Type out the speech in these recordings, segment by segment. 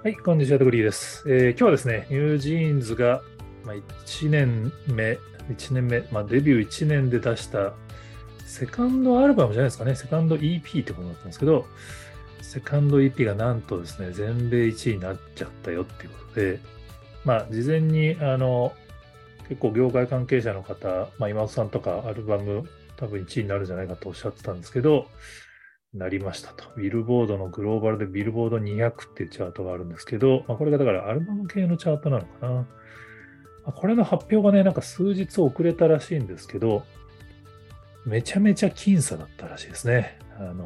はい、こんにちは、トグリーです。今日はですね、ニュージーンズが、1年目、デビュー1年で出したセカンドアルバムじゃないですかね、セカンド EP ってことだったんですけど、セカンド EP がなんとですね、全米1位になっちゃったよっていうことで、事前に、結構業界関係者の方、今本さんとかアルバム多分1位になるんじゃないかとおっしゃってたんですけど、なりましたと。ビルボードのグローバルでビルボード200っていうチャートがあるんですけど、これがだからアルバム系のチャートなのかな。これの発表がね、なんか数日遅れたらしいんですけど、めちゃめちゃ僅差だったらしいですね。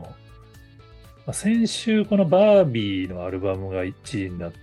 先週このバービーのアルバムが1位になって、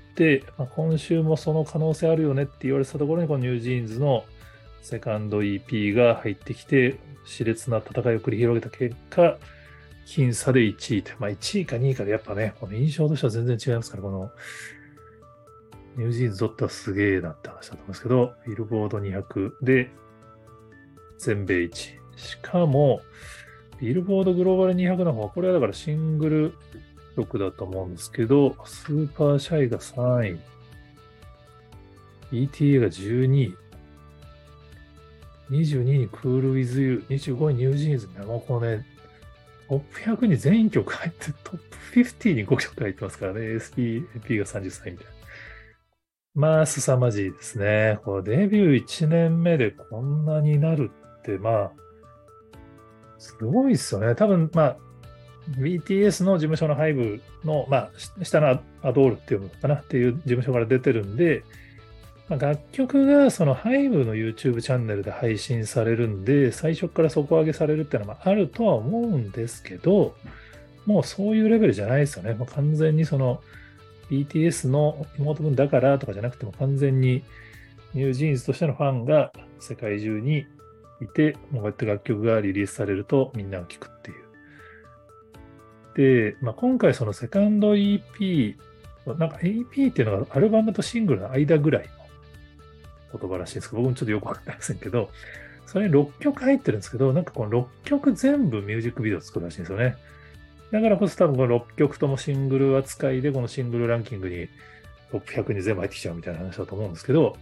今週もその可能性あるよねって言われてたところに、このニュージーンズのセカンド EP が入ってきて、熾烈な戦いを繰り広げた結果、僅差で1位って、1位か2位かでやっぱね、この印象としては全然違いますから、このニュージーンズとってはすげえなって話だと思うんですけど、ビルボード200で全米1位。しかも、ビルボードグローバル200の方は、これはだからシングル曲だと思うんですけど、スーパーシャイが3位、ETA が12位、22位にクールウィズユー、25位ニュージーンズね、もうこのね、トップ100に全曲入って、トップ50に5曲入ってますからね、SP が33位みたいな。凄まじいですね。こうデビュー1年目でこんなになるって、すごいですよね。多分、BTS の事務所のハイブの、下のアドールっていうのかなっていう事務所から出てるんで、楽曲がそのハイブの YouTube チャンネルで配信されるんで、最初から底上げされるっていうのはあるとは思うんですけど、もうそういうレベルじゃないですよね。もう完全にその BTS の妹分だからとかじゃなくても完全にニュージーンズとしてのファンが世界中にいて、もうこうやって楽曲がリリースされるとみんなが聴くっていう。で、今回そのセカンド EP、なんか EP っていうのがアルバムとシングルの間ぐらいの言葉らしいんですけど、僕もちょっとよくわかりませんけど、それに6曲入ってるんですけど、なんかこの6曲全部ミュージックビデオ作るらしいんですよね。だからこそ多分この6曲ともシングル扱いで、このシングルランキングにトップ100に全部入ってきちゃうみたいな話だと思うんですけど、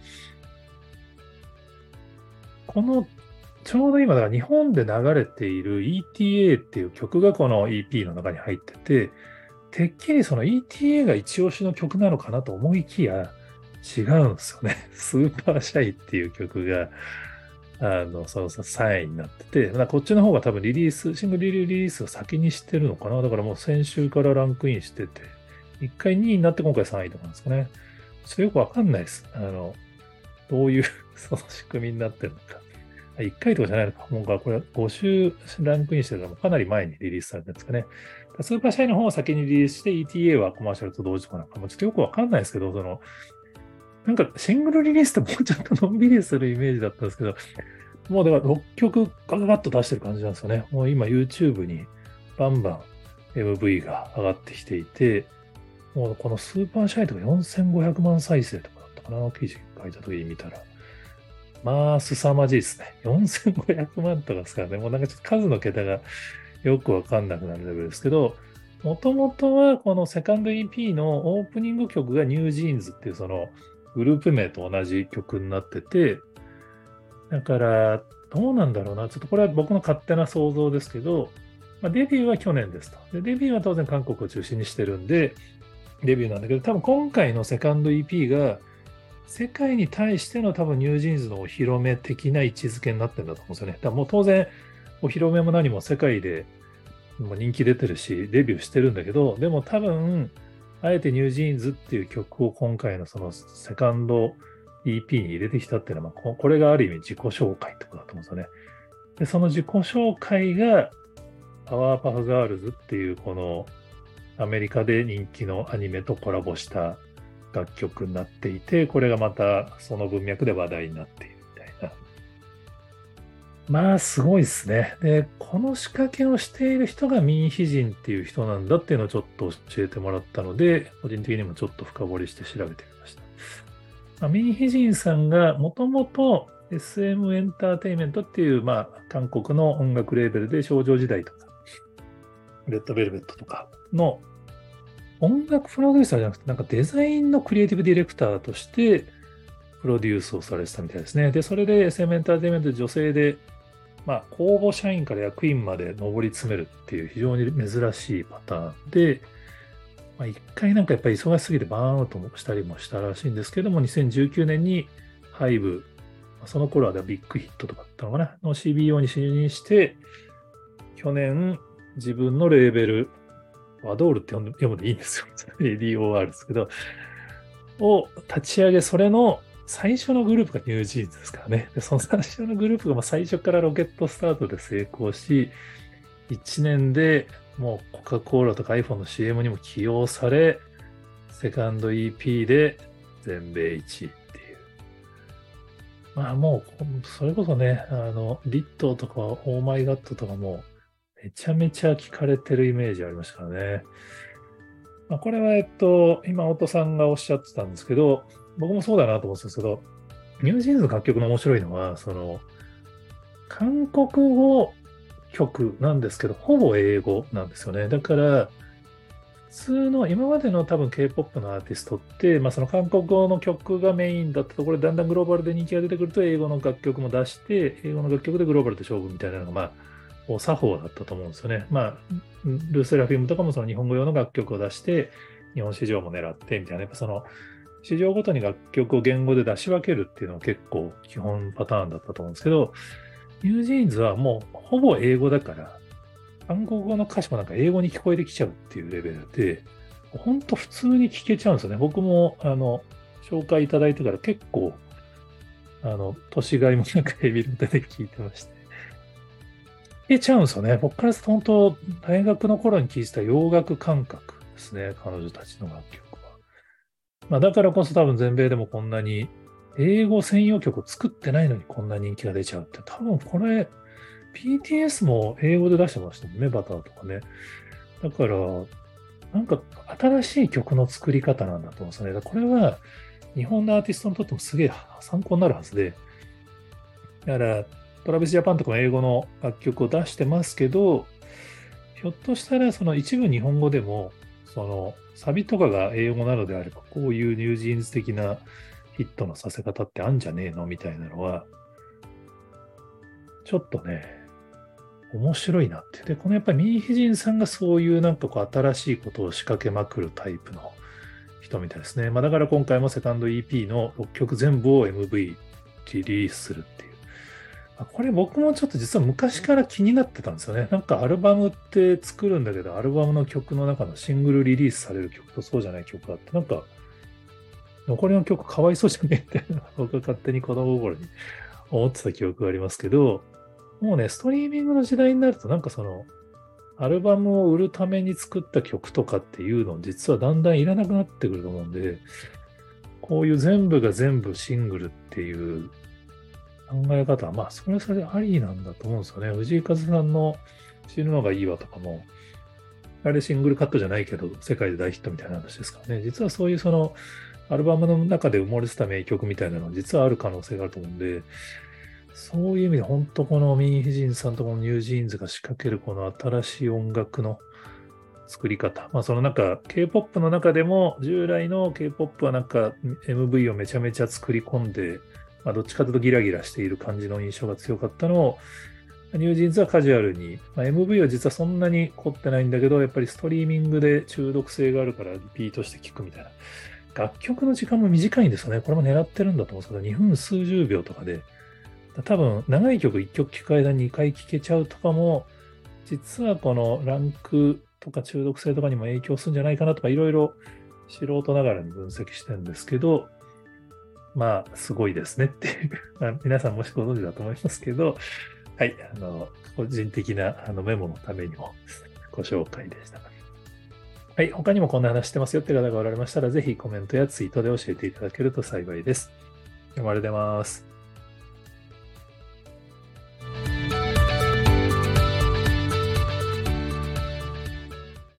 このちょうど今だから日本で流れている ETA っていう曲がこの EP の中に入ってて、てっきりその ETA が一押しの曲なのかなと思いきや違うんですよね。スーパーシャイっていう曲が、その3位になってて、こっちの方が多分シングルリリースを先にしてるのかな。だからもう先週からランクインしてて、1回2位になって今回3位とかなんですかね。ちょっとよくわかんないです。どういうその仕組みになってるのか。1回とかじゃないのか。もうこれ5週ランクインしてるのもかなり前にリリースされたんですかね。スーパーシャイの方を先にリリースして ETA はコマーシャルと同時とかなんかもちょっとよくわかんないですけど、なんかシングルリリースってもうちょっとのんびりするイメージだったんですけど、もうだから6曲ガガガッと出してる感じなんですよね。もう今 YouTube にバンバン MV が上がってきていて、もうこのスーパーシャイとか4500万再生とかだったかな、記事書いた時に見たら。凄まじいですね。4500万とかですからね。もうなんかちょっと数の桁がよくわかんなくなるレベルですけど、もともとはこのセカンド EP のオープニング曲がニュージーンズっていうそのグループ名と同じ曲になってて、だからどうなんだろうな。ちょっとこれは僕の勝手な想像ですけど、デビューは去年ですと。で、デビューは当然韓国を中心にしてるんで、デビューなんだけど、多分今回のセカンド EP が世界に対しての多分ニュージーンズのお披露目的な位置づけになってるんだと思うんですよね。だからもう当然お披露目も何も世界でもう人気出てるし、デビューしてるんだけど、でも多分、あえてニュージーンズっていう曲を今回のそのセカンド EP に入れてきたっていうのは、これがある意味自己紹介ってことだと思うんですよね。で、その自己紹介がパワーパフガールズっていうこのアメリカで人気のアニメとコラボした楽曲になっていて、これがまたその文脈で話題になっているみたいな。すごいですね。で、この仕掛けをしている人がミン・ヒジンっていう人なんだっていうのをちょっと教えてもらったので、個人的にもちょっと深掘りして調べてみました。ミン・ヒジンさんがもともと SM エンターテインメントっていう、韓国の音楽レーベルで少女時代とか、レッドベルベットとかの音楽プロデューサーじゃなくて、なんかデザインのクリエイティブディレクターとしてプロデュースをされてたみたいですね。で、それで SM エンターテインメントで女性で、公募社員から役員まで上り詰めるっていう非常に珍しいパターンで、一回なんかやっぱり忙しすぎてバーンアウトもしたりもしたらしいんですけども、2019年にハイブ、その頃はビッグヒットとかだったのかな、の CBO に就任して、去年自分のレーベル、ワドールって読むでいいんですよ。ADOR ですけど、を立ち上げ、それの最初のグループがニュージーンズですからね。で、その最初のグループが最初からロケットスタートで成功し、1年でもうコカ・コーラとか iPhone の CM にも起用され、セカンド EP で全米1位っていう。もう、それこそね、リットーとかオーマイガットとかもめちゃめちゃ聞かれてるイメージありましたからね。これは、今、音さんがおっしゃってたんですけど、僕もそうだなと思ってたんですけど、ニュージーンズの楽曲の面白いのは、韓国語曲なんですけど、ほぼ英語なんですよね。だから、普通の今までの多分 K-POP のアーティストって、その韓国語の曲がメインだったところで、だんだんグローバルで人気が出てくると、英語の楽曲も出して、英語の楽曲でグローバルで勝負みたいなのが、作法だったと思うんですよね。ルーセラフィムとかもその日本語用の楽曲を出して、日本市場も狙ってみたいな、やっぱその市場ごとに楽曲を言語で出し分けるっていうのが結構基本パターンだったと思うんですけど、ニュージーンズはもうほぼ英語だから、韓国語の歌詞もなんか英語に聞こえてきちゃうっていうレベルで、本当普通に聞けちゃうんですよね。僕も紹介いただいてから結構、年がいもなくヘビロテで聞いてまして。聞けちゃうんですよね。僕からすると本当、大学の頃に聴いてた洋楽感覚ですね。彼女たちの楽曲は。だからこそ多分全米でもこんなに英語専用曲を作ってないのにこんな人気が出ちゃうって、多分これ BTS も英語で出してましたもんね、バターとかね。だから、なんか新しい曲の作り方なんだと思うんですよね。これは日本のアーティストにとってもすげえ参考になるはずで。だから、トラビスジャパンとかも英語の楽曲を出してますけど、ひょっとしたらその一部日本語でも、そのサビとかが英語なのであれば、こういうニュージーンズ的なヒットのさせ方ってあんじゃねえのみたいなのは、ちょっとね、面白いなって。で、このやっぱりミーヒジンさんがそういうなんかこう新しいことを仕掛けまくるタイプの人みたいですね。だから今回もセカンド EP の6曲全部を MV リリースするっていう。これ僕もちょっと実は昔から気になってたんですよね。なんかアルバムって作るんだけど、アルバムの曲の中のシングルリリースされる曲とそうじゃない曲があって、なんか残りの曲かわいそうじゃねえって僕が勝手に子供心に思ってた記憶がありますけど、もうね、ストリーミングの時代になるとなんかそのアルバムを売るために作った曲とかっていうの実はだんだんいらなくなってくると思うんで、こういう全部が全部シングルっていう考え方は、それはそれでありなんだと思うんですよね。藤井風さんの死ぬのがいいわとかも、あれシングルカットじゃないけど、世界で大ヒットみたいな話ですからね。実はそういうその、アルバムの中で埋もれてた名曲みたいなのは実はある可能性があると思うんで、そういう意味で本当このミン・ヒジンさんとこのニュージーンズが仕掛けるこの新しい音楽の作り方。その中、K-POP の中でも従来の K-POP はなんか MV をめちゃめちゃ作り込んで、どっちかというとギラギラしている感じの印象が強かったのを、ニュージーンズはカジュアルに、MV は実はそんなに凝ってないんだけど、やっぱりストリーミングで中毒性があるからリピートして聴くみたいな。楽曲の時間も短いんですよね。これも狙ってるんだと思うんですけど、2分数十秒とかで、多分長い曲1曲聴く間に2回聴けちゃうとかも、実はこのランクとか中毒性とかにも影響するんじゃないかなとか、いろいろ素人ながらに分析してるんですけど、すごいですねっていう皆さんもしご存知だと思いますけど、はい、個人的なメモのためにもご紹介でした。はい、他にもこんな話してますよって方がおられましたら、ぜひコメントやツイートで教えていただけると幸いです。ありがとうございます。